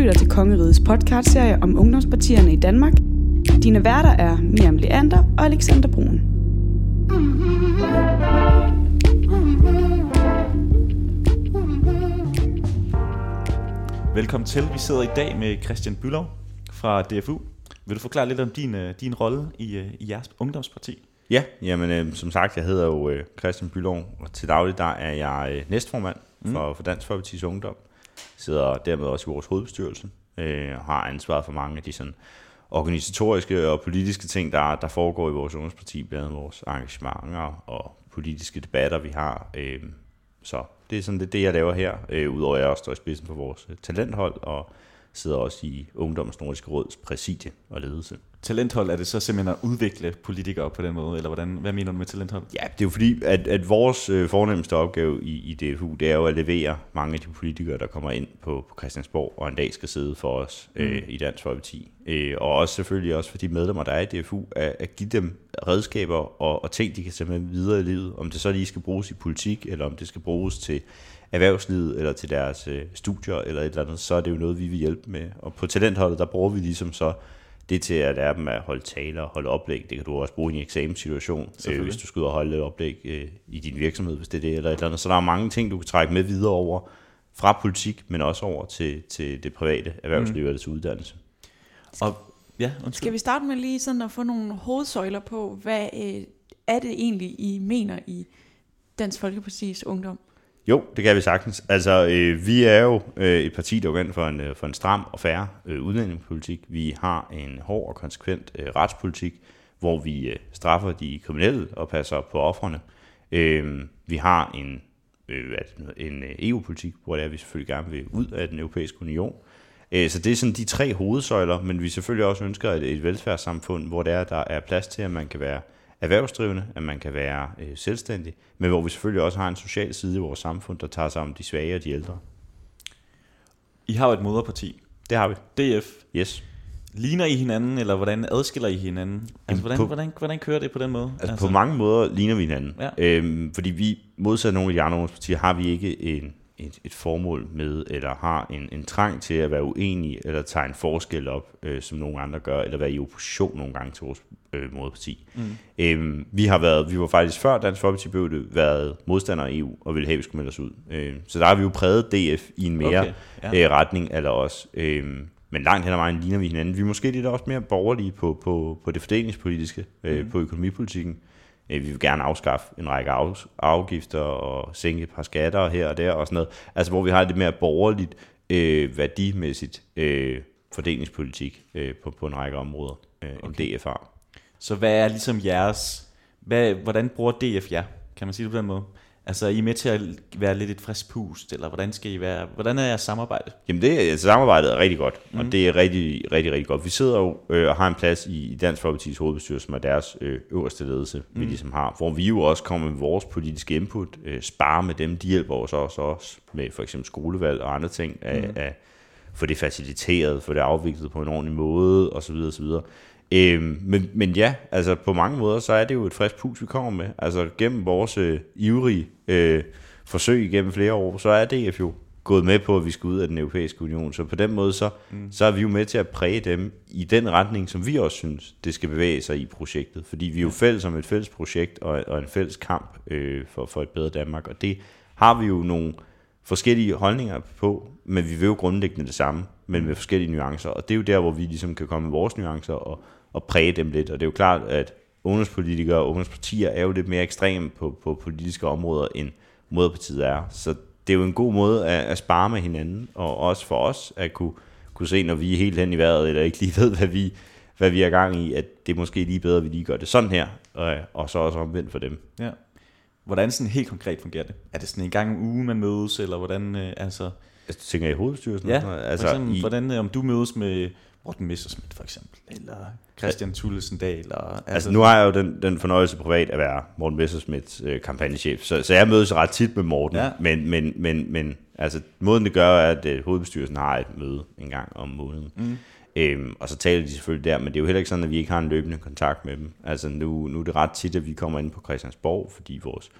lytter til Kongerigets podcastserie om ungdomspartierne i Danmark. Dine værter er Miriam Leander og Alexander Brun. Velkommen til. Vi sidder i dag med Christian Bülow fra DFU. Vil du forklare lidt om din rolle i jeres ungdomsparti? Ja, jamen som sagt, jeg hedder jo Christian Bülow, og til daglig der er jeg næstformand for Dansk Folkepartis Ungdom. Sidder dermed også i vores hovedbestyrelse og har ansvaret for mange af de sådan organisatoriske og politiske ting, der foregår i vores ungdomsparti, blandt andet vores engagementer og politiske debatter, vi har. Så det er sådan det, jeg laver her, udover at jeg også står i spidsen for vores talenthold og sidder også i Ungdommens Nordiske Råds præsidie og ledelse. Talenthold, er det så simpelthen at udvikle politikere på den måde, eller hvad mener du med talenthold? Ja, det er jo fordi, at vores fornemmeste opgave i DFU, det er jo at levere mange af de politikere, der kommer ind på Christiansborg, og en dag skal sidde for os i Dansk Folkeparti. Og også selvfølgelig også for de medlemmer, der er i DFU, at give dem redskaber og ting, de kan tage med videre i livet. Om det så lige skal bruges i politik, eller om det skal bruges til erhvervslivet, eller til deres studier, eller et eller andet, så er det jo noget, vi vil hjælpe med. Og på talentholdet, der bruger vi ligesom så det til at lære dem at holde taler og holde oplæg. Det kan du også bruge i en eksamenssituation, hvis du skal ud og holde et oplæg i din virksomhed, hvis det er det, eller et eller andet. Så der er mange ting, du kan trække med videre over fra politik, men også over til det private erhvervsliv eller til uddannelse. Og, skal vi starte med lige sådan at få nogle hovedsøjler på, hvad er det egentlig, I mener i Dansk Folkepartis Ungdom? Jo, det kan vi sagtens. Altså, vi er jo et parti, der går ind for en stram og fair udlændingepolitik. Vi har en hård og konsekvent retspolitik, hvor vi straffer de kriminelle og passer på ofrene. Vi har en EU-politik, hvor det er, vi selvfølgelig gerne vil ud af den europæiske union. Så det er sådan de tre hovedsøjler, men vi selvfølgelig også ønsker et velfærdssamfund, hvor der er plads til, at man kan være erhvervsdrivende, at man kan være selvstændig, men hvor vi selvfølgelig også har en social side i vores samfund, der tager sig om de svage og de ældre. I har jo et moderparti. Det har vi. DF. Yes. Ligner I hinanden, eller hvordan adskiller I hinanden? Altså, hvordan kører det på den måde? Altså på mange måder ligner vi hinanden. Ja. Fordi vi, modsat nogle af de andre ungdomspartier, har vi ikke et formål med, eller har en trang til at være uenige, eller tage en forskel op, som nogle andre gør, eller være i opposition nogle gange til vores moderparti. Vi var faktisk før Dansk Folkeparti blev det, været modstandere af EU, og ville have, at vi skulle melde os ud. Så der har vi jo præget DF i en mere retning, eller også. Men langt hen ad vejen ligner vi hinanden. Vi er måske lidt også mere borgerlige på det fordelingspolitiske, på økonomipolitikken. Vi vil gerne afskaffe en række afgifter og sænke et par skatter her og der og sådan noget. Altså hvor vi har det mere borgerligt værdimæssigt fordelingspolitik på en række områder, end DF har. Så hvad er ligesom hvordan bruger DF jer? Kan man sige det på den måde? Altså er I med til at være lidt et frisk pust, eller hvordan skal I være? Hvordan er jeres samarbejde? Jamen samarbejdet er rigtig godt, og det er rigtig, rigtig, rigtig godt. Vi sidder jo og har en plads i Dansk Folkepartis hovedbestyrelse, som er deres øverste ledelse, vi ligesom har, hvor vi jo også kommer med vores politiske input, sparer med dem, de hjælper os også med for eksempel skolevalg og andre ting, at få det faciliteret, få det afviklet på en ordentlig måde, osv. osv. Men ja, altså på mange måder, så er det jo et frisk pus, vi kommer med. Altså gennem vores ivrige forsøg gennem flere år, så er DF jo gået med på, at vi skal ud af den europæiske union. Så på den måde, så er vi jo med til at præge dem i den retning, som vi også synes, det skal bevæge sig i projektet. Fordi vi er jo fælles om et fælles projekt og en fælles kamp for et bedre Danmark. Og det har vi jo nogle forskellige holdninger på, men vi vil jo grundlæggende det samme, men med forskellige nuancer. Og det er jo der, hvor vi ligesom kan komme med vores nuancer og præge dem lidt. Og det er jo klart, at ungdomspolitikere og ungdomspartier er jo lidt mere ekstreme på politiske områder, end moderpartiet er. Så det er jo en god måde at spare med hinanden, og også for os at kunne se, når vi er helt hen i vejret, eller ikke lige ved, hvad vi er gang i, at det er måske lige bedre, at vi lige gør det sådan her, og så også omvendt for dem. Ja. Hvordan sådan helt konkret fungerer det? Er det sådan en gang om ugen, man mødes, eller hvordan, altså... Jeg tænker i hovedbestyrelsen? Ja, altså, for eksempel, hvordan, om du mødes med Morten Messerschmidt for eksempel, eller Christian Thulesen Dahl, eller... Altså nu har jeg jo den fornøjelse privat at være Morten Messerschmidts kampagnechef, så jeg mødes ret tit med Morten, men altså måden det gør, er, at hovedbestyrelsen har et møde en gang om måneden. Og så taler de selvfølgelig der, men det er jo heller ikke sådan, at vi ikke har en løbende kontakt med dem. Altså nu er det ret tit, at vi kommer ind på Christiansborg, fordi vores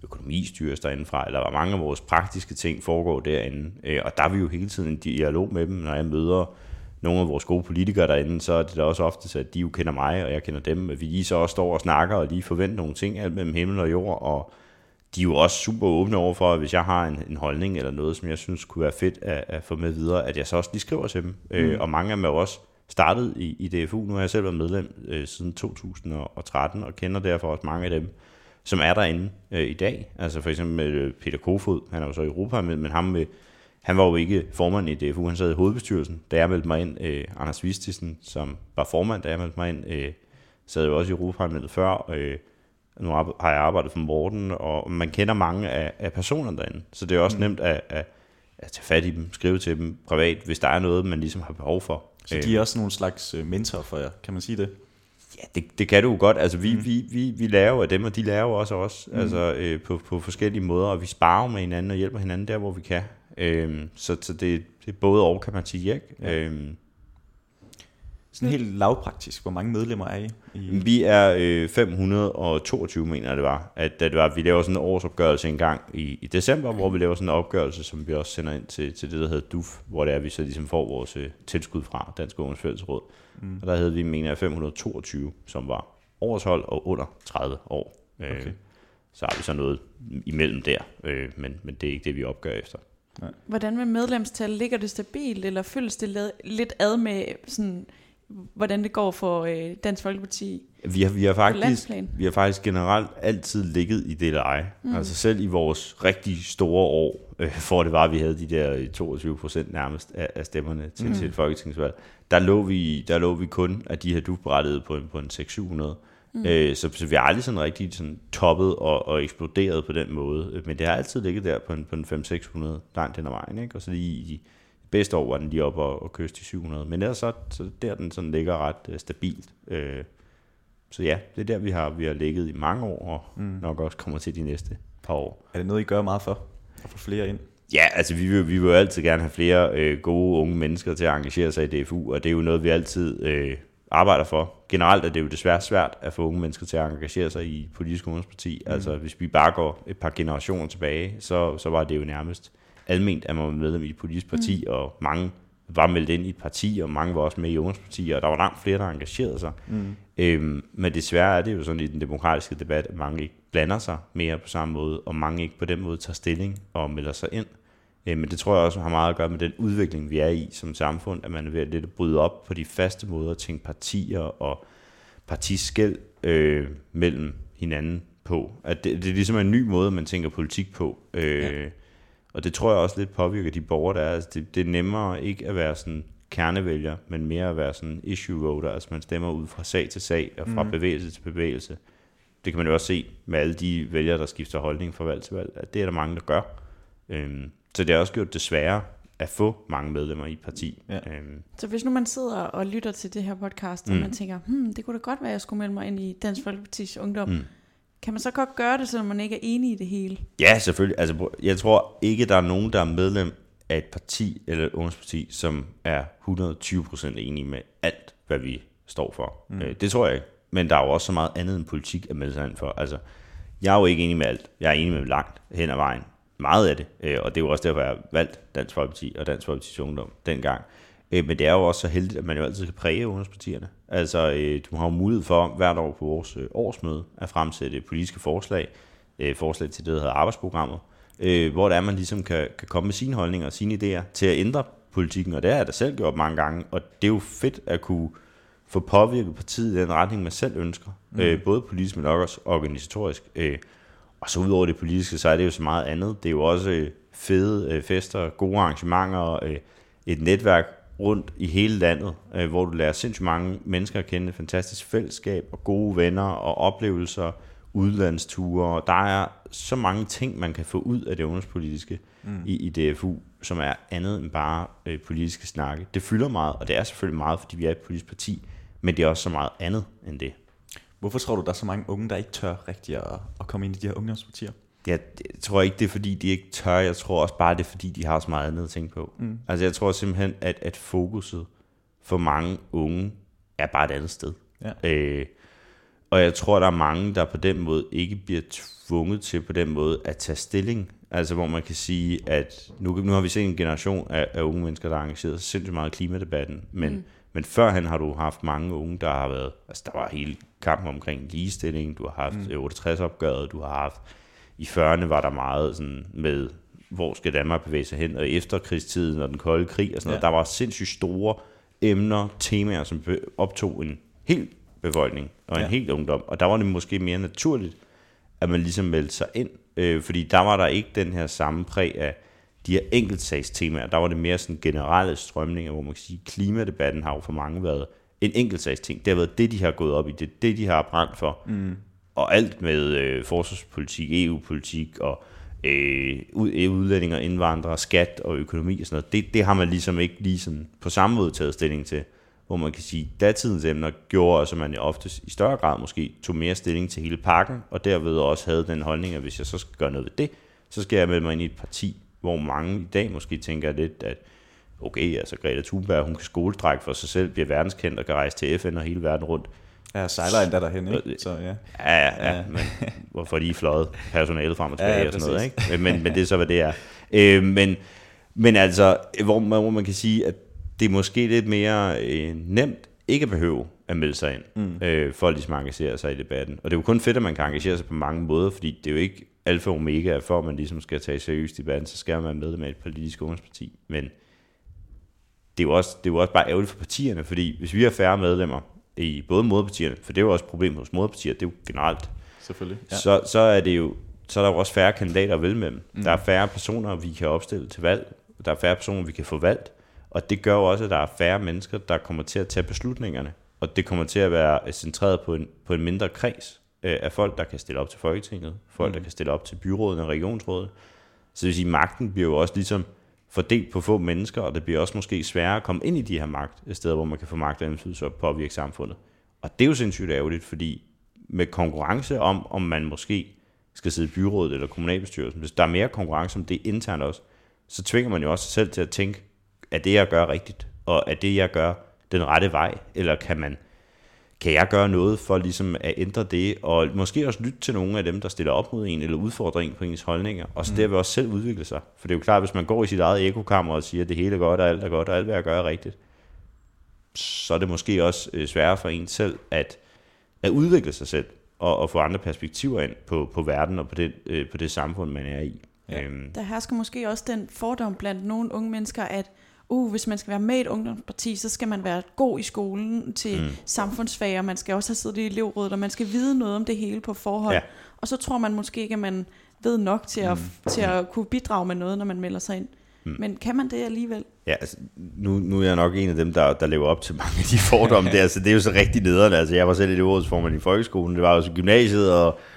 økonomi styres derindefra, eller hvor mange af vores praktiske ting foregår derinde. Og der er vi jo hele tiden i dialog med dem. Når jeg møder nogle af vores gode politikere derinde, så er det da også ofte, at de jo kender mig, og jeg kender dem. At vi lige så også står og snakker, og lige forventer nogle ting, alt mellem himmel og jord, og de er jo også super åbne over for, at hvis jeg har en holdning eller noget, som jeg synes kunne være fedt at få med videre, at jeg så også lige skriver til dem. Og mange af dem er jo også startet i DFU. Nu har jeg selv været medlem siden 2013, og kender derfor også mange af dem, som er derinde i dag. Altså for eksempel Peter Kofod, han er jo så i Europa-parlamentet, men han var jo ikke formand i DFU, han sad i hovedbestyrelsen. Da jeg meldte mig ind, Anders Vistisen, som var formand, da jeg meldte mig ind, sad jo også i Europa-parlamentet før. Nu har jeg arbejdet for Morten, og man kender mange af personerne derinde. Så det er også nemt at tage fat i dem, skrive til dem privat, hvis der er noget, man ligesom har behov for. Så de er også nogle slags mentor for jer, kan man sige det? Ja, det kan du jo godt. Altså, vi lærer jo af dem, og de lærer jo også af os, altså, på forskellige måder, og vi sparer med hinanden og hjælper hinanden der, hvor vi kan. Så det er både og, kan man sige, ikke? Ja. Sådan helt lavpraktisk, hvor mange medlemmer er I? Vi er 522, mener jeg det var. At vi laver sådan en årsopgørelse en gang i december, hvor vi laver sådan en opgørelse, som vi også sender ind til det, der hedder DUF, hvor det er, vi så ligesom får vores tilskud fra Dansk Ungdoms Fællesråd. Og der havde vi, mener jeg, 522, som var årshold og under 30 år. Okay. Så har vi så noget imellem der, men det er ikke det, vi opgør efter. Nej. Hvordan med medlemstal? Ligger det stabilt, eller føles det lidt ad med sådan, hvordan det går for Dansk Folkeparti? Vi har faktisk generelt altid ligget i det leje. Altså selv i vores rigtig store år, for det var, at vi havde de der 22% nærmest af stemmerne til et folketingsvalg, der lå vi kun af de her DUF-berettede på en 600-700. Så vi har aldrig sådan rigtig sådan toppet og eksploderet på den måde. Men det har altid ligget der på en 500-600 langt hen ad vejen. Ikke? Og så lige i de bedste år var den lige oppe og kyste de 700. Men ellers så der den sådan ligger ret stabilt. Så ja, det er der, vi har ligget i mange år, og nok også kommer til de næste par år. Er det noget, I gør meget for at få flere ind? Ja, altså vi vil jo altid gerne have flere gode unge mennesker til at engagere sig i DFU, og det er jo noget, vi altid arbejder for. Generelt er det jo desværre svært at få unge mennesker til at engagere sig i politisk ungdomsparti. Altså hvis vi bare går et par generationer tilbage, så var det jo nærmest alment, at man var medlem i et politisk parti, og mange var meldt ind i et parti, og mange var også med i ungdomspartier, og der var langt flere, der engagerede sig. Men desværre er det jo sådan i den demokratiske debat, at mange ikke blander sig mere på samme måde, og mange ikke på den måde tager stilling og melder sig ind. Men det tror jeg også har meget at gøre med den udvikling, vi er i som samfund, at man er ved at lidt bryde op på de faste måder at tænke partier og partiskel mellem hinanden på. At det er ligesom en ny måde, man tænker politik på. Og det tror jeg også lidt påvirker de borgere, der er. Altså det er nemmere ikke at være sådan kernevælger, men mere at være sådan issue voter. Altså man stemmer ud fra sag til sag og fra bevægelse til bevægelse. Det kan man jo også se med alle de vælgere, der skifter holdning fra valg til valg, at det er der mange, der gør. Så det har også gjort det sværere at få mange medlemmer i et parti. Ja. Så hvis nu man sidder og lytter til det her podcast, og man tænker, det kunne da godt være, at jeg skulle melde mig ind i Dansk Folkepartis Ungdom. Kan man så godt gøre det, så man ikke er enig i det hele? Ja, selvfølgelig. Altså, jeg tror ikke, der er nogen, der er medlem af et parti eller et ungdomsparti, som er 120% enige med alt, hvad vi står for. Det tror jeg ikke. Men der er jo også så meget andet end politik at melde sig ind for. Altså, jeg er jo ikke enig med alt. Jeg er enig med langt hen ad vejen. Meget af det. Og det er jo også derfor, jeg har valgt Dansk Folkeparti og Dansk Folkepartis Ungdom dengang. Men det er jo også så heldigt, at man jo altid kan præge ungdomspartierne. Altså, du har jo mulighed for hvert år på vores årsmøde at fremsætte politiske forslag til det, der hedder arbejdsprogrammet, hvor der man ligesom kan komme med sine holdninger og sine idéer til at ændre politikken, og det har jeg da selv gjort mange gange, og det er jo fedt at kunne få påvirket partiet i den retning, man selv ønsker, både politisk, men også organisatorisk. Og så udover det politiske, så er det jo så meget andet. Det er jo også fede fester, gode arrangementer, et netværk rundt i hele landet, hvor du lærer sindssygt mange mennesker at kende, et fantastisk fællesskab og gode venner og oplevelser, udlandsture. Der er så mange ting, man kan få ud af det ungdomspolitiske i DFU, som er andet end bare politiske snakke. Det fylder meget, og det er selvfølgelig meget, fordi vi er et politisk parti, men det er også så meget andet end det. Hvorfor tror du, der er så mange unge, der ikke tør rigtig at komme ind i de her ungdomspartier? Jeg tror ikke, det er fordi, de ikke tør. Jeg tror også bare, det er fordi, de har så meget andet at tænke på. Altså jeg tror simpelthen, at fokuset for mange unge er bare et andet sted. Ja. Og jeg tror, der er mange, der på den måde ikke bliver tvunget til på den måde at tage stilling. Altså hvor man kan sige, at nu har vi set en generation af unge mennesker, der har engageret sig sindssygt meget i klimadebatten. Men førhen har du haft mange unge, der har været... Altså der var hele kampen omkring ligestilling. Du har haft 68-opgøret. Du har haft... I 40'erne var der meget sådan med, hvor skal Danmark bevæge sig hen? Og efterkrigstiden og den kolde krig og sådan noget. Der var sindssygt store emner, temaer, som optog en hel befolkning og en helt ungdom. Og der var det måske mere naturligt, at man ligesom meldte sig ind. Fordi der var der ikke den her samme præg af de her enkeltsagstemaer. Der var det mere sådan generelle strømninger, hvor man kan sige, at klimadebatten har jo for mange været en enkeltsagsting. Det har været det, de har gået op i. Det er det, de har brændt for. Og alt med forsvarspolitik, EU-politik og udlændinge og indvandrere, skat og økonomi og sådan noget. Det har man ligesom ikke lige sådan på samme måde taget stilling til. Hvor man kan sige, at datidens emner gjorde også, at man oftest i større grad måske tog mere stilling til hele pakken, og derved også havde den holdning, at hvis jeg så skal gøre noget ved det, så skal jeg melde mig ind i et parti, hvor mange i dag måske tænker lidt, at okay, altså Greta Thunberg, hun kan skoletrække for sig selv, bliver verdenskendt og kan rejse til FN og hele verden rundt. Ja, sejler endda derhen, ikke? Så, ja, men hvorfor de fløjet personalet frem og tilbage og sådan noget, ikke? Men det er så, hvad det er. Men altså, hvor man kan sige, at det er måske lidt mere nemt ikke at behøve at melde sig ind, for at ligesom engagere sig i debatten. Og det er jo kun fedt, at man kan engagere sig på mange måder, fordi det er jo ikke alfa og omega, for at man ligesom skal tage seriøst i debatten, så skal man være medlem af et politisk ungdomsparti. Men det er jo også bare ærgerligt for partierne, fordi hvis vi har færre medlemmer i både moderpartierne, for det er jo også et problem hos moderpartier, det er jo generelt, selvfølgelig, ja. så er der jo også færre kandidater at vælge mellem. Der er færre personer, vi kan opstille til valg, der er færre personer, vi kan få valgt, og det gør jo også, at der er færre mennesker, der kommer til at tage beslutningerne, og det kommer til at være centreret på en mindre kreds af folk, der kan stille op til Folketinget, folk, der kan stille op til byrådet og regionsrådet. Så det vil sige, at magten bliver jo også ligesom fordelt på få mennesker, og det bliver også måske sværere at komme ind i de her steder, hvor man kan få magt og indflydelse og påvirke samfundet. Og det er jo sindssygt ærgerligt, fordi med konkurrence om man måske skal sidde i byrådet eller kommunalbestyrelsen, hvis der er mere konkurrence om det internt også, så tvinger man jo også sig selv til at tænke, er det, jeg gør rigtigt? Og er det, jeg gør den rette vej? Eller kan jeg gøre noget for ligesom at ændre det? Og måske også lytte til nogle af dem, der stiller op mod en, eller udfordrer en på ens holdninger. Og så derved også selv udvikle sig. For det er jo klart, hvis man går i sit eget ekokammer og siger, at det hele er godt, og alt er godt, og alt hvad jeg gør er rigtigt, så er det måske også sværere for en selv at udvikle sig selv, og få andre perspektiver ind på verden og på det samfund, man er i. Ja. Der hersker måske også den fordom blandt nogle unge mennesker, at hvis man skal være med i et ungdomsparti, så skal man være god i skolen til samfundsfag, og man skal også have siddet i elevrådet, og man skal vide noget om det hele på forhånd. Ja. Og så tror man måske ikke, at man ved nok til at kunne bidrage med noget, når man melder sig ind. Men kan man det alligevel? Ja, altså, nu er jeg nok en af dem, der lever op til mange af de fordomme der, så det er jo så rigtig nederen. Altså, jeg var selv elevrådsformand i folkeskolen, det var også gymnasiet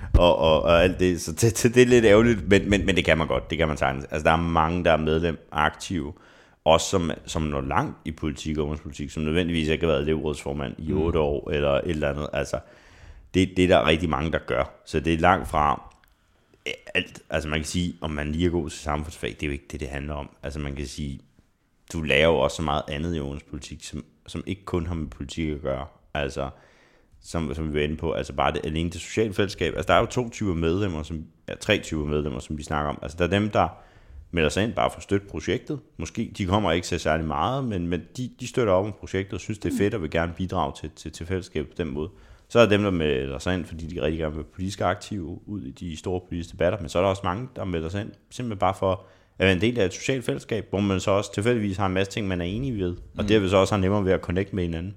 og alt det, så det er lidt ærgerligt, men det kan man godt, det kan man sagtens. Altså, der er mange, der er medlem aktive, også som når langt i politik og ungdomspolitik, som nødvendigvis ikke har været elevrådsformand i 8 år, eller et eller andet. Altså, det er der rigtig mange, der gør. Så det er langt fra alt. Altså, man kan sige, om man lige er god til samfundsfag, det er jo ikke det handler om. Altså, man kan sige, du lærer jo også så meget andet i ungdomspolitik, som ikke kun har med politik at gøre. Altså, som vi var inde på, altså bare alene det sociale fællesskab. Altså, der er jo 3 typer medlemmer, som vi snakker om. Altså, der er dem, der melder sig ind bare for at støtte projektet. Måske, de kommer ikke til særlig meget, men de støtter op om projektet og synes, det er fedt og vil gerne bidrage til fællesskabet på den måde. Så er der dem, der melder sig ind, fordi de rigtig gerne vil være politisk aktive ud i de store politiske debatter, men så er der også mange, der melder sig ind, simpelthen bare for at være en del af et socialt fællesskab, hvor man så også tilfældigvis har en masse ting, man er enige ved, og derved så også har nemmere ved at connecte med hinanden.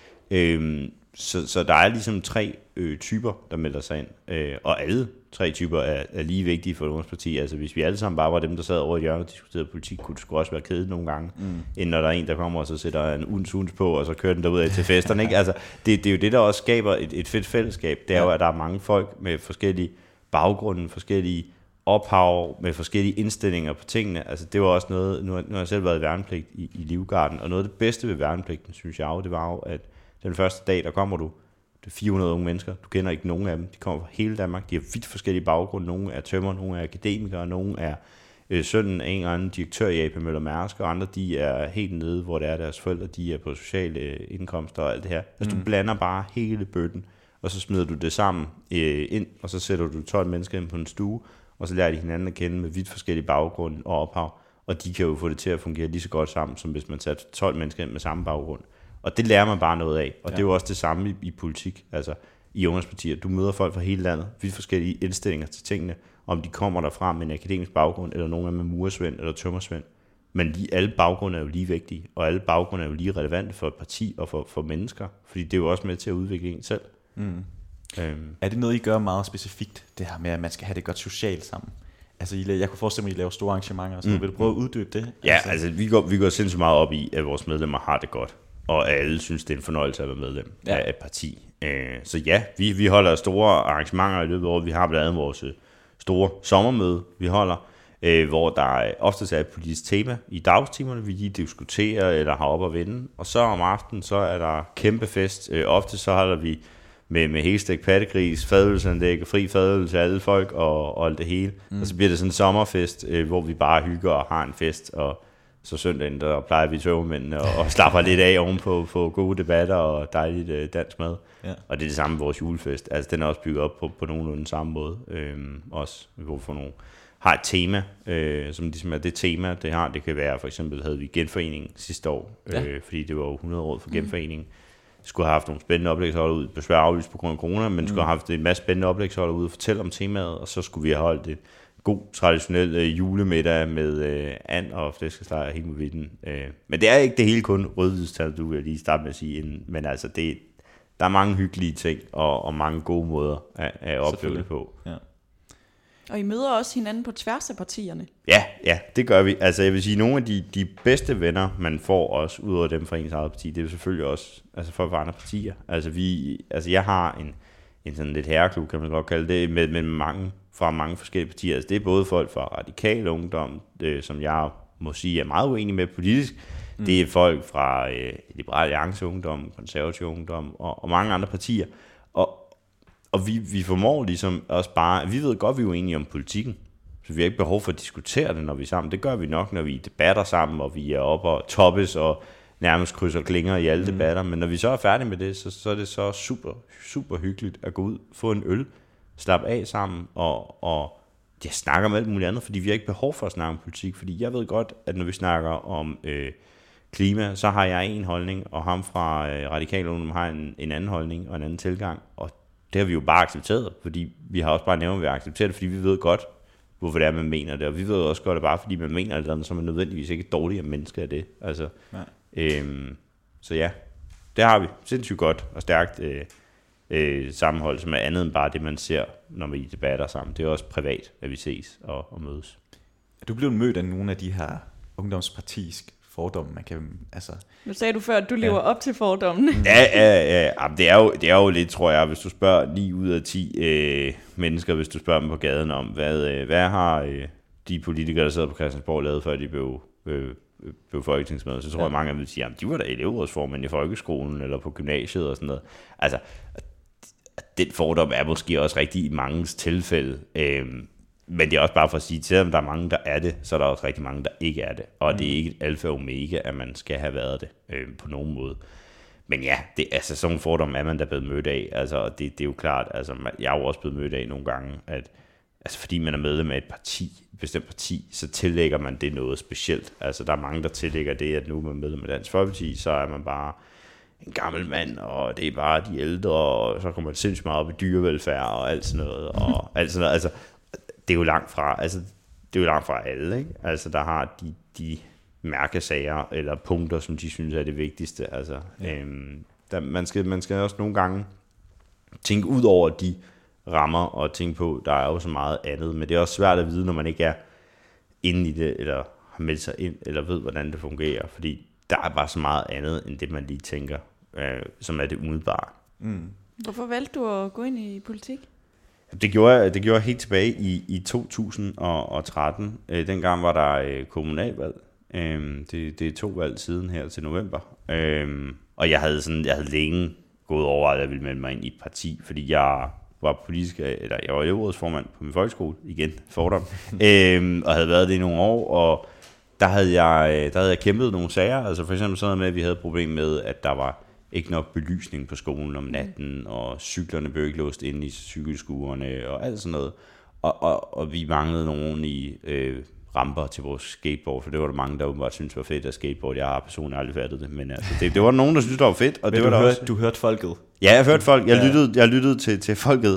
Så der er ligesom 3 typer, der melder sig ind, og alle 3 typer er lige vigtige for et ungdomsparti. Altså hvis vi alle sammen bare var dem, der sad over i hjørnet og diskuterede politik, kunne det sgu også være kedeligt nogle gange, end når der er en, der kommer og så sætter en uns på, og så kører den derud til festerne. Ikke? Altså, det er jo det, der også skaber et fedt fællesskab. Det er jo, at der er mange folk med forskellige baggrunde, forskellige ophav, med forskellige indstillinger på tingene. Altså det var også noget, nu har jeg selv været i værnepligt i Livgarden, og noget af det bedste ved værnepligten, synes jeg jo, det var jo, at den første dag, der kommer du, det er 400 unge mennesker, du kender ikke nogen af dem, de kommer fra hele Danmark, de har vidt forskellige baggrunde, nogle er tømrer, nogle er akademikere, nogle er sønnen af en eller anden direktør i AP Møller Mærsk, og andre de er helt nede, hvor det er deres forældre, de er på sociale indkomster og alt det her. Altså du blander bare hele bøtten, og så smider du det sammen ind, og så sætter du 12 mennesker ind på en stue, og så lærer de hinanden at kende med vidt forskellige baggrunde og ophav, og de kan jo få det til at fungere lige så godt sammen, som hvis man satte 12 mennesker ind med samme baggrund. Og det lærer man bare noget af, og det er jo også det samme i politik, altså i ungdomspartier. Du møder folk fra hele landet, vidt forskellige indstillinger til tingene, om de kommer derfra med en akademisk baggrund, eller nogen med murersvend eller tømmersvend. Men alle baggrunde er jo lige vigtige, og alle baggrunde er jo lige relevante for et parti og for mennesker, fordi det er jo også med til at udvikle en selv. Er det noget, I gør meget specifikt, det her med, at man skal have det godt socialt sammen? Altså, jeg kunne forestille mig, at I laver store arrangementer, og så vil du prøve at uddybe det? Ja, altså vi går sindssygt meget op i, at vores medlemmer har det godt, og alle synes, det er en fornøjelse at være medlem af et parti. Så ja, vi holder store arrangementer i løbet af året. Vi har blandt andet vores store sommermøde, vi holder, hvor der oftest er et politisk tema i dagstimerne, vi lige diskuterer eller har op at vende. Og så om aftenen, så er der kæmpe fest. Ofte så holder vi med helstegt pattegris, fadølsanlæg og fri fadøl til alle folk og alt det hele. Og så bliver det sådan en sommerfest, hvor vi bare hygger og har en fest. Og så søndagen, der plejer vi tøvmændene og slapper lidt af ovenpå på gode debatter og dejligt dansk mad. Ja. Og det er det samme med vores julefest. Altså den er også bygget op på nogenlunde samme måde. Også hvor vi får nogle har et tema, som ligesom er det tema, det har. Det kan være, for eksempel havde vi genforeningen sidste år, fordi det var jo 100 år for genforeningen. Skulle have haft nogle spændende oplægsholder ud, desværre aflyst på grund af corona, men skulle have haft en masse spændende oplægsholder ud og fortælle om temaet, og så skulle vi have holdt et god, traditionel julemiddag med and og flæskesteg og helt muligt. Men det er ikke det hele kun rødhvidstand, du vil lige starte med at sige, men altså der er mange hyggelige ting og mange gode måder at opleve det på. Ja. Og I møder også hinanden på tværs af partierne. Ja, det gør vi. Altså jeg vil sige, nogle af de bedste venner, man får også, ud over dem fra ens eget parti, det er jo selvfølgelig også altså folk fra andre partier. Altså jeg har en sådan lidt herreklub, kan man godt kalde det, med mange fra mange forskellige partier. Altså det er både folk fra Radikal Ungdom, som jeg må sige er meget uenig med politisk. Det er folk fra Liberal Alliance Ungdom, Konservativ Ungdom og mange andre partier. Og vi formår ligesom også bare, vi ved godt, vi er uenige om politikken, så vi har ikke behov for at diskutere det, når vi er sammen. Det gør vi nok, når vi debatter sammen, og vi er oppe og toppes og nærmest krydser klinger i alle debatter. Men når vi så er færdige med det, så er det så super, super hyggeligt at gå ud, få en øl, slappe af sammen og snakke om alt muligt andet, fordi vi har ikke behov for at snakke om politik. Fordi jeg ved godt, at når vi snakker om klima, så har jeg en holdning, og ham fra Radikal Ungdom har en anden holdning og en anden tilgang, og det har vi jo bare accepteret, fordi vi har også bare nævnt, at vi har accepteret det, fordi vi ved godt, hvorfor det er, man mener det. Og vi ved også godt, at bare fordi man mener det, så er man nødvendigvis ikke et dårligere menneske af det. Altså, så ja, det har vi sindssygt godt og stærkt sammenhold, som er andet end bare det, man ser, når vi debatter sammen. Det er også privat, at vi ses og mødes. Er du blevet mødt af nogle af de her ungdomspartisk fordomme, man kan, altså... Nu sagde du før, at du lever op til fordommen. Ja. Det er jo lidt, tror jeg, hvis du spørger 9 ud af 10 mennesker, hvis du spørger dem på gaden om, hvad har de politikere, der sidder på Christiansborg, lavet, før de blev folketingsmedlemmer, så tror jeg, mange af dem vil sige, at de var da elevrådsformænd i folkeskolen, eller på gymnasiet og sådan noget. Altså, den fordom er måske også rigtig i manges tilfælde, men det er også bare for at sige, selvom der er mange, der er det, så er der også rigtig mange, der ikke er det. Og det er ikke et alfa og omega, at man skal have været det på nogen måde. Men ja, altså sådan en fordom er man da blevet mødt af. Altså, det er jo klart, altså, jeg er jo også blevet mødt af nogle gange, at altså, fordi man er medlem af et bestemt parti, så tillægger man det noget specielt. Altså der er mange, der tillægger det, at nu er man medlem af Dansk Folkeparti, så er man bare en gammel mand, og det er bare de ældre, og så kommer man sindssygt meget op i dyrevelfærd og alt sådan noget. Og alt sådan noget. Altså, det er jo langt fra alle, ikke? Altså der har de mærkesager eller punkter, som de synes er det vigtigste. Altså, man skal også nogle gange tænke ud over de rammer og tænke på, der er jo så meget andet, men det er også svært at vide, når man ikke er inde i det, eller har meldt sig ind, eller ved, hvordan det fungerer, fordi der er bare så meget andet, end det man lige tænker, som er det umiddelbare. Hvorfor valgte du at gå ind i politik? Det gjorde jeg helt tilbage i 2013. Dengang var der kommunalvalg. Det er 2 valg siden her til november. Og jeg havde længe gået over, at jeg ville melde mig ind i et parti, fordi jeg var jeg var elevrådsformand på min folkeskole, igen, fordom, og havde været det i nogle år, og der havde jeg kæmpet nogle sager, altså for eksempel sådan noget med, at vi havde et problem med, at der var ikke nok belysning på skolen om natten, og cyklerne blev ikke låst inde i cykelskuerne, og alt sådan noget. Og vi manglede nogen i ramper til vores skateboard, for det var der mange, der åbenbart syntes var fedt at skateboard. Jeg har personligt aldrig fattet det, men altså, det var der nogen, der syntes, det var fedt. Og det var du hørte folket? Ja, jeg hørte folk. Jeg lyttede til folket.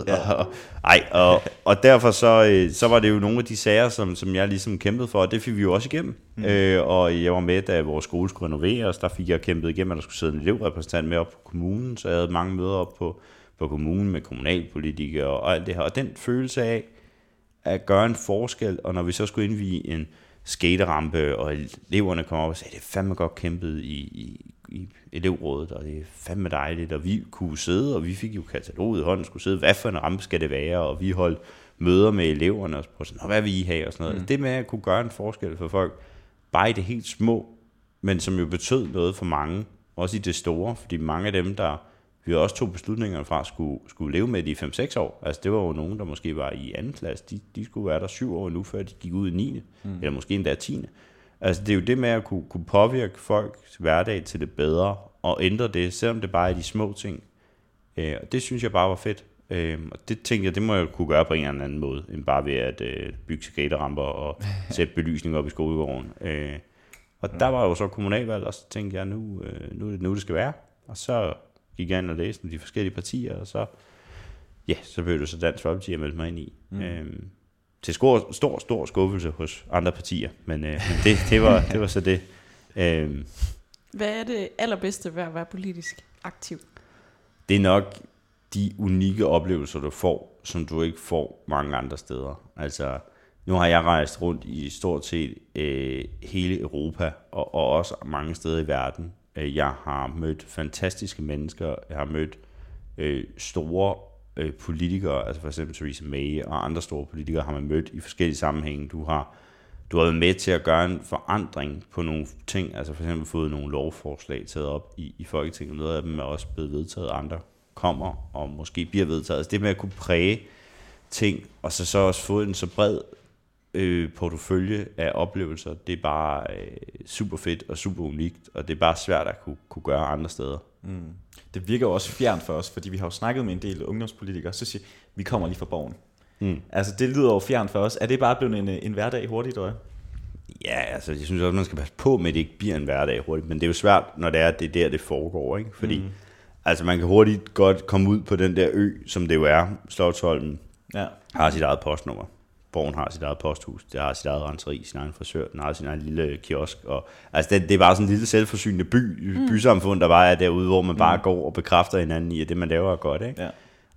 Ja. Og derfor så var det jo nogle af de sager, som jeg ligesom kæmpede for, og det fik vi jo også igennem. Og jeg var med, da vores skole skulle renoveres, der fik jeg kæmpet igennem, at der skulle sidde en elevrepræsentant med op på kommunen, så jeg havde mange møder op på kommunen med kommunalpolitikere og alt det her. Og den følelse af at gøre en forskel, og når vi så skulle indvige en skaterampe, og eleverne kom op og sagde, det er fandme godt kæmpet i elevrådet, og det er fandme dejligt, og vi kunne sidde, og vi fik jo kataloget i hånden, skulle sidde, hvad for en rampe skal det være, og vi holdt møder med eleverne, og prøvede sådan, hvad vil I have, og sådan noget. Det med at kunne gøre en forskel for folk, bare i det helt små, men som jo betød noget for mange, også i det store, fordi mange af dem, der vi også tog beslutningerne fra, skulle leve med det i 5-6 år. Altså det var jo nogen, der måske var i 2. klasse, de skulle være der 7 år nu, før de gik ud i 9. Eller måske endda 10. Altså det er jo det med at kunne påvirke folks hverdag til det bedre, og ændre det, selvom det bare er de små ting. Og det synes jeg bare var fedt. Og det tænkte jeg, det må jeg kunne gøre på en eller anden måde, end bare ved at bygge skateramper og sætte belysning op i skolegården. Og der var jo så kommunalvalg, og så tænkte jeg, nu er det nu, det skal være. Og så gik jeg ind og læste de forskellige partier, og så blev det så Dansk Folkeparti at melde mig ind i. Til stor skuffelse hos andre partier, men det var så det. Hvad er det allerbedste ved at være politisk aktiv? Det er nok de unikke oplevelser, du får, som du ikke får mange andre steder. Altså, nu har jeg rejst rundt i stort set hele Europa, og også mange steder i verden. Jeg har mødt fantastiske mennesker, jeg har mødt store politikere, altså for eksempel Theresa May og andre store politikere har man mødt i forskellige sammenhænge. Du har været med til at gøre en forandring på nogle ting, altså for eksempel fået nogle lovforslag taget op i Folketinget, noget af dem er også blevet vedtaget, andre kommer og måske bliver vedtaget. Altså det med at kunne præge ting, og så også få en så bred portefølje af oplevelser, det er bare super fedt og super unikt, og det er bare svært at kunne gøre andre steder. Det virker jo også fjern for os, fordi vi har jo snakket med en del ungdomspolitikere, så siger vi kommer lige fra Borgen. Altså det lyder jo fjern for os. Er det bare blevet en hverdag hurtigt, tror jeg? Ja, altså jeg synes også, man skal passe på med, at det ikke bliver en hverdag hurtigt, men det er jo svært, når det er der, det foregår, ikke? Fordi altså man kan hurtigt godt komme ud på den der ø, som det jo er. Slotsholmen har sit eget postnummer. Borgen har sit eget posthus, det har sit eget renseri, sin egen frisør, den har sin egen lille kiosk. Og, altså det er bare sådan en lille selvforsynende bysamfund, der bare er derude, hvor man bare går og bekræfter hinanden i, at det man laver er godt. Ikke? Ja.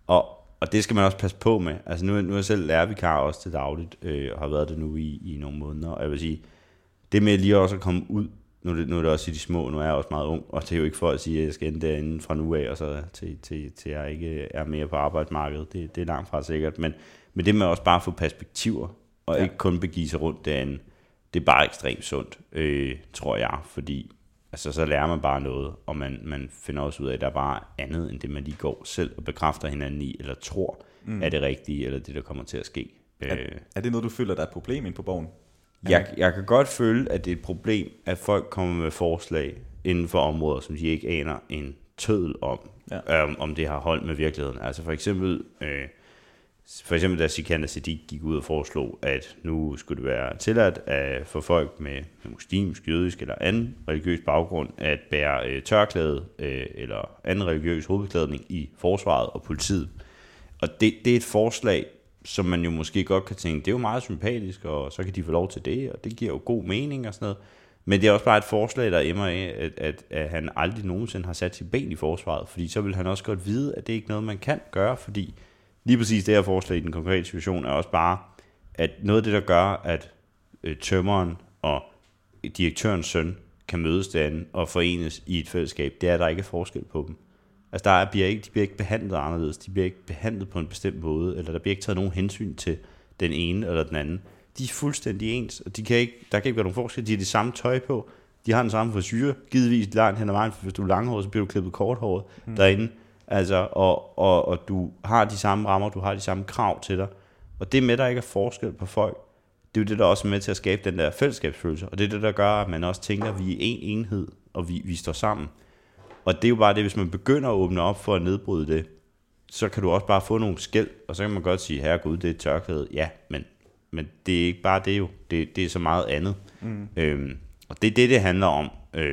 Og det skal man også passe på med. Altså nu er jeg selv lærervikar også til dagligt, og har været det nu i nogle måneder. Og jeg vil sige, det med lige også at komme ud, nu er det også i de små, nu er jeg også meget ung, og det er jo ikke for at sige, at jeg skal ende derinde fra nu af, og så til jeg ikke er mere på arbejdsmarkedet. Det er langt fra sikkert, men det med også bare at få perspektiver, og ikke kun begive sig rundt derinde, det er bare ekstremt sundt, tror jeg, fordi altså, så lærer man bare noget, og man finder også ud af, at der er bare andet, end det man lige går selv og bekræfter hinanden i, eller tror, er det rigtige, eller det, der kommer til at ske. Er det noget, du føler, der er et problem inde på Borgen? Jeg kan godt føle, at det er et problem, at folk kommer med forslag inden for områder, som de ikke aner en tøddel om, om det har hold med virkeligheden. Altså for eksempel da Sikandar Siddique gik ud og foreslog, at nu skulle det være tilladt for folk med muslimsk, jødisk eller anden religiøs baggrund at bære tørklæde eller anden religiøs hovedbeklædning i forsvaret og politiet. Og det er et forslag, som man jo måske godt kan tænke, det er jo meget sympatisk, og så kan de få lov til det, og det giver jo god mening og sådan noget. Men det er også bare et forslag, der emmer af, at han aldrig nogensinde har sat sit ben i forsvaret, fordi så vil han også godt vide, at det ikke er noget, man kan gøre, fordi lige præcis det her forslag i den konkrete situation er også bare, at noget af det, der gør, at tømmeren og direktørens søn kan mødes derinde og forenes i et fællesskab, det er, at der ikke er forskel på dem. Altså de bliver ikke behandlet anderledes, de bliver ikke behandlet på en bestemt måde, eller der bliver ikke taget nogen hensyn til den ene eller den anden. De er fuldstændig ens, og der kan ikke være nogen forskel. De har det samme tøj på, de har den samme frisyre, givetvis langt hen ad vejen, for hvis du er langhåret, så bliver du klippet korthåret derinde. Altså, og du har de samme rammer, du har de samme krav til dig. Og det med, der ikke er forskel på folk, det er jo det, der også er med til at skabe den der fællesskabsfølelse. Og det er det, der gør, at man også tænker, at vi er en enhed, og vi står sammen. Og det er jo bare det, hvis man begynder at åbne op for at nedbryde det, så kan du også bare få nogle skel, og så kan man godt sige, herregud, det er et tørklæde. Ja, men det er ikke bare det jo. Det er så meget andet. Og det er det handler om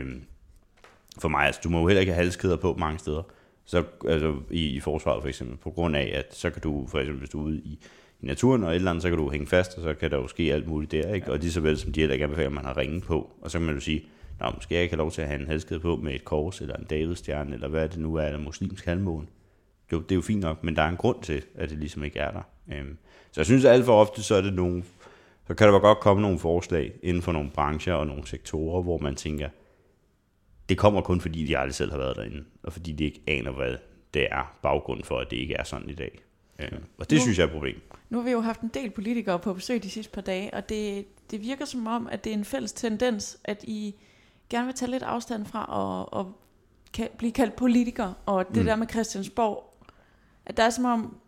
for mig. Altså, du må jo heller ikke have halskæder på mange steder. Så, altså i forsvaret for eksempel, på grund af, at så kan du, for eksempel hvis du er ude i naturen og et eller andet, så kan du hænge fast, og så kan der jo ske alt muligt der, ikke? Og lige så vel som de heller ikke anbefaler, at man har ringen på. Og så kan man jo sige, nå, måske jeg ikke have lov til at have en halskæde på med et kors, eller en Davidstjerne, eller hvad det nu er, eller muslimsk halvmåne. Jo, det er jo fint nok, men der er en grund til, at det ligesom ikke er der. Så jeg synes, at alt for ofte, så kan der godt komme nogle forslag inden for nogle brancher og nogle sektorer, hvor man tænker, det kommer kun fordi, de aldrig selv har været derinde, og fordi de ikke aner, hvad det er baggrunden for, at det ikke er sådan i dag. Og det synes jeg er et problem. Nu har vi jo haft en del politikere på besøg de sidste par dage, og det virker som om, at det er en fælles tendens, at I gerne vil tage lidt afstand fra at blive kaldt politiker, og det der med Christiansborg, at det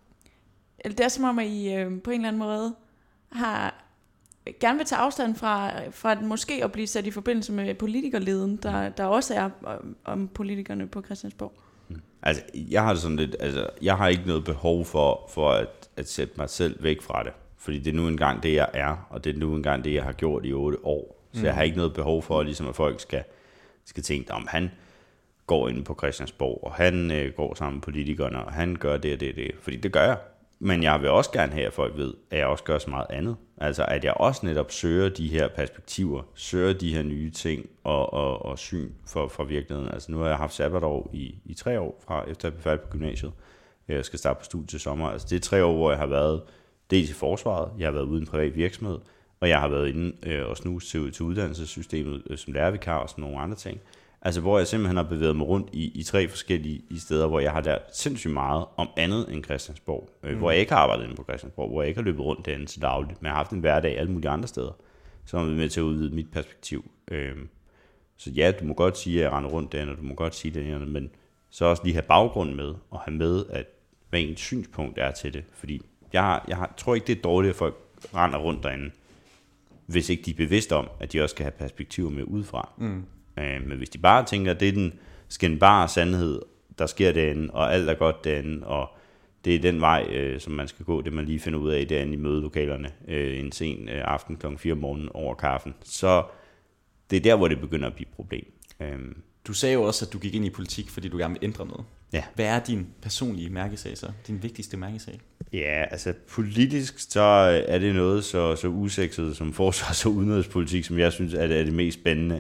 er som om, at I på en eller anden måde gerne vil tage afstand fra måske at blive sat i forbindelse med politikerleden, der også er om politikerne på Christiansborg. Altså, jeg har det sådan lidt, altså, jeg har ikke noget behov for at sætte mig selv væk fra det, fordi det er nu engang det, jeg er, og det er nu engang det, jeg har gjort i 8 år. Så jeg har ikke noget behov for, ligesom, at folk skal tænke, om han går ind på Christiansborg, og han går sammen med politikerne, og han gør det, fordi det gør jeg. Men jeg vil også gerne have, at folk ved, at jeg også gør så meget andet. Altså, at jeg også netop søger de her perspektiver, søger de her nye ting og syn for virkeligheden. Altså, nu har jeg haft sabbatår i 3 år, fra efter at jeg blev færdig på gymnasiet. Jeg skal starte på studiet til sommer. Altså, det er 3 år, hvor jeg har været dels i forsvaret, jeg har været ude i en privat virksomhed, og jeg har været inde og snuse til uddannelsessystemet som lærervikar og sådan nogle andre ting. Altså, hvor jeg simpelthen har bevæget mig rundt i 3 forskellige steder, hvor jeg har lært sindssygt meget om andet end Christiansborg. Hvor jeg ikke har arbejdet inde på Christiansborg, hvor jeg ikke har løbet rundt derinde til dagligt, men jeg har haft en hverdag alle mulige andre steder, som er med til at udvide mit perspektiv. Så ja, du må godt sige, at jeg render rundt derinde, og du må godt sige det, men så også lige have baggrund med, og have med, at hvad ens synspunkt er til det. Fordi jeg tror ikke, det er dårligt, at folk render rundt derinde, hvis ikke de er bevidste om, at de også skal have perspektiver med udefra. Men hvis de bare tænker, at det er den skændbare sandhed, der sker derinde, og alt er godt derinde, og det er den vej, som man skal gå, det man lige finder ud af derinde i mødelokalerne en sen aften kl. 4 om morgenen over kaffen, så det er der, hvor det begynder at blive et problem. Du sagde jo også, at du gik ind i politik, fordi du gerne vil ændre noget. Ja. Hvad er din personlige mærkesag så? Din vigtigste mærkesag? Ja, altså politisk, så er det noget så usekset som forsvars- og udenrigspolitik, som jeg synes er det mest spændende.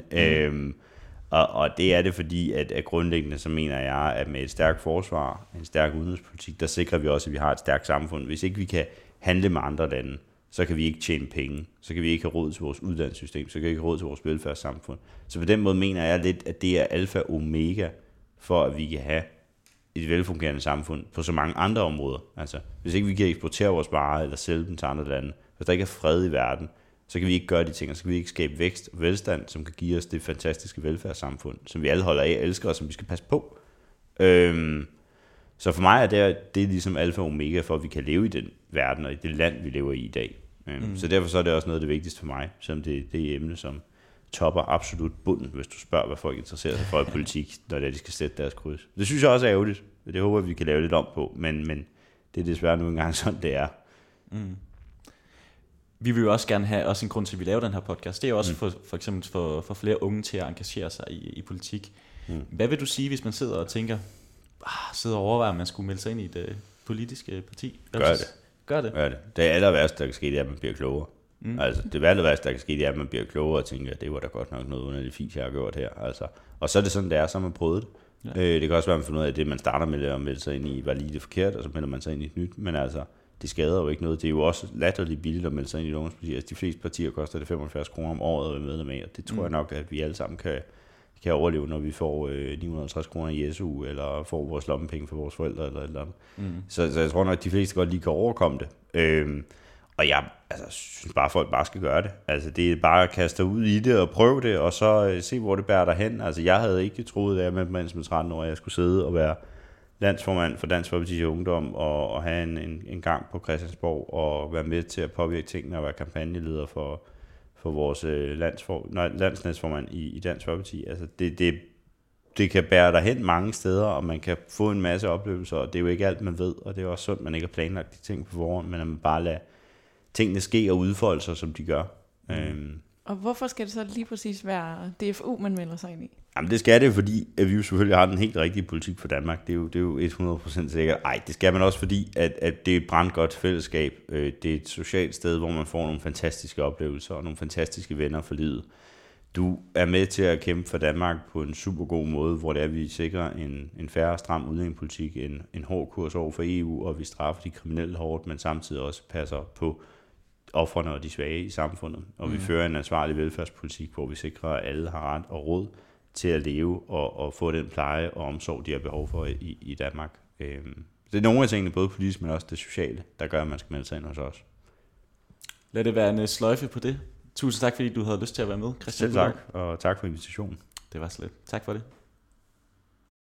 Og det er det, fordi at grundlæggende, så mener jeg, at med et stærkt forsvar, en stærk udenrigspolitik, der sikrer vi også, at vi har et stærkt samfund. Hvis ikke vi kan handle med andre lande, så kan vi ikke tjene penge, så kan vi ikke have råd til vores uddannelsessystem, så kan vi ikke have råd til vores velfærdssamfund. Så på den måde mener jeg lidt, at det er alfa og omega for, at vi kan have et velfungerende samfund på så mange andre områder. Altså, hvis ikke vi kan eksportere vores varer eller sælge dem til andre lande, hvis der ikke er fred i verden, så kan vi ikke gøre de ting, og så kan vi ikke skabe vækst og velstand, som kan give os det fantastiske velfærdssamfund, som vi alle holder af, elsker og som vi skal passe på. Så for mig er det er ligesom alfa og omega for, at vi kan leve i den verden og i det land, vi lever i dag. Så derfor så er det også noget af det vigtigste for mig, selvom det er emne, som topper absolut bunden, hvis du spørger, hvad folk interesserer sig for i politik, når de skal sætte deres kryds. Det synes jeg også er ærgerligt. Det håber vi kan lave lidt om på, men det er desværre nu engang sådan, det er. Vi vil jo også gerne have også en grund til, at vi laver den her podcast. Det er jo også for eksempel for flere unge til at engagere sig i politik. Hvad vil du sige, hvis man sidder og tænker, sidder og overvejer, at man skulle melde sig ind i et politisk parti? Gør det. Det aller værste, der kan ske, det er, at man bliver klogere. Altså, det aller værste, der kan ske, det er, at man bliver klogere og tænker, at det var da godt nok noget underligt fint, jeg har gjort her. Altså, og så er det sådan, det er, så har man prøvet det. Ja. Det kan også være, at man finder ud af, at det, man starter med at melde sig ind i, var lige det forkert, og så melder man sig ind i et nyt. Men altså, det skader jo ikke noget. Det er jo også latterligt billigt at melde sig ind i et ungdomsparti. Altså, de fleste partier koster det 75 kroner om året at være medlem af, og det tror jeg nok, at vi alle sammen kan overleve, når vi får 950 kroner i SU, eller får vores lommepenge for vores forældre, eller et eller andet. Så jeg tror nok, at de fleste godt lige kan overkomme det. Og jeg synes bare, at folk bare skal gøre det. Altså, det er bare at kaste ud i det og prøve det, og så se, hvor det bærer dig hen. Altså, jeg havde ikke troet, da jeg med mig som 13 år, at jeg skulle sidde og være landsformand for Dansk Folkepartis Ungdom, og have en gang på Christiansborg, og være med til at påvirke tingene, og være kampagneleder for vores landsnæstformand i Dansk Folkeparti. Altså, det det kan bære dig hen mange steder, og man kan få en masse oplevelser, og det er jo ikke alt, man ved, og det er jo også sundt, man ikke har planlagt de ting på forhånd, men at man bare lader tingene ske og udfolde sig, som de gør. Og hvorfor skal det så lige præcis være DFU, man melder sig ind i? Jamen det skal det, fordi at vi jo selvfølgelig har den helt rigtige politik for Danmark. Det er jo 100% sikkert. Ej, det skal man også, fordi at det er et brandgodt fællesskab. Det er et socialt sted, hvor man får nogle fantastiske oplevelser og nogle fantastiske venner for livet. Du er med til at kæmpe for Danmark på en super god måde, hvor det er, at vi sikrer en fair og stram udlændingepolitik, en hård kurs over for EU, og vi straffer de kriminelle hårdt, men samtidig også passer på ofrene og de svage i samfundet. Og vi fører en ansvarlig velfærdspolitik, hvor vi sikrer, at alle har ret og råd til at leve og få den pleje og omsorg, de har behov for i Danmark. Det er nogle af tingene, både politisk, men også det sociale, der gør, at man skal melde sig ind hos os. Lad det være en sløjfe på det. Tusind tak, fordi du havde lyst til at være med, Christian. Selv tak, og tak for invitationen. Det var slet. Tak for det.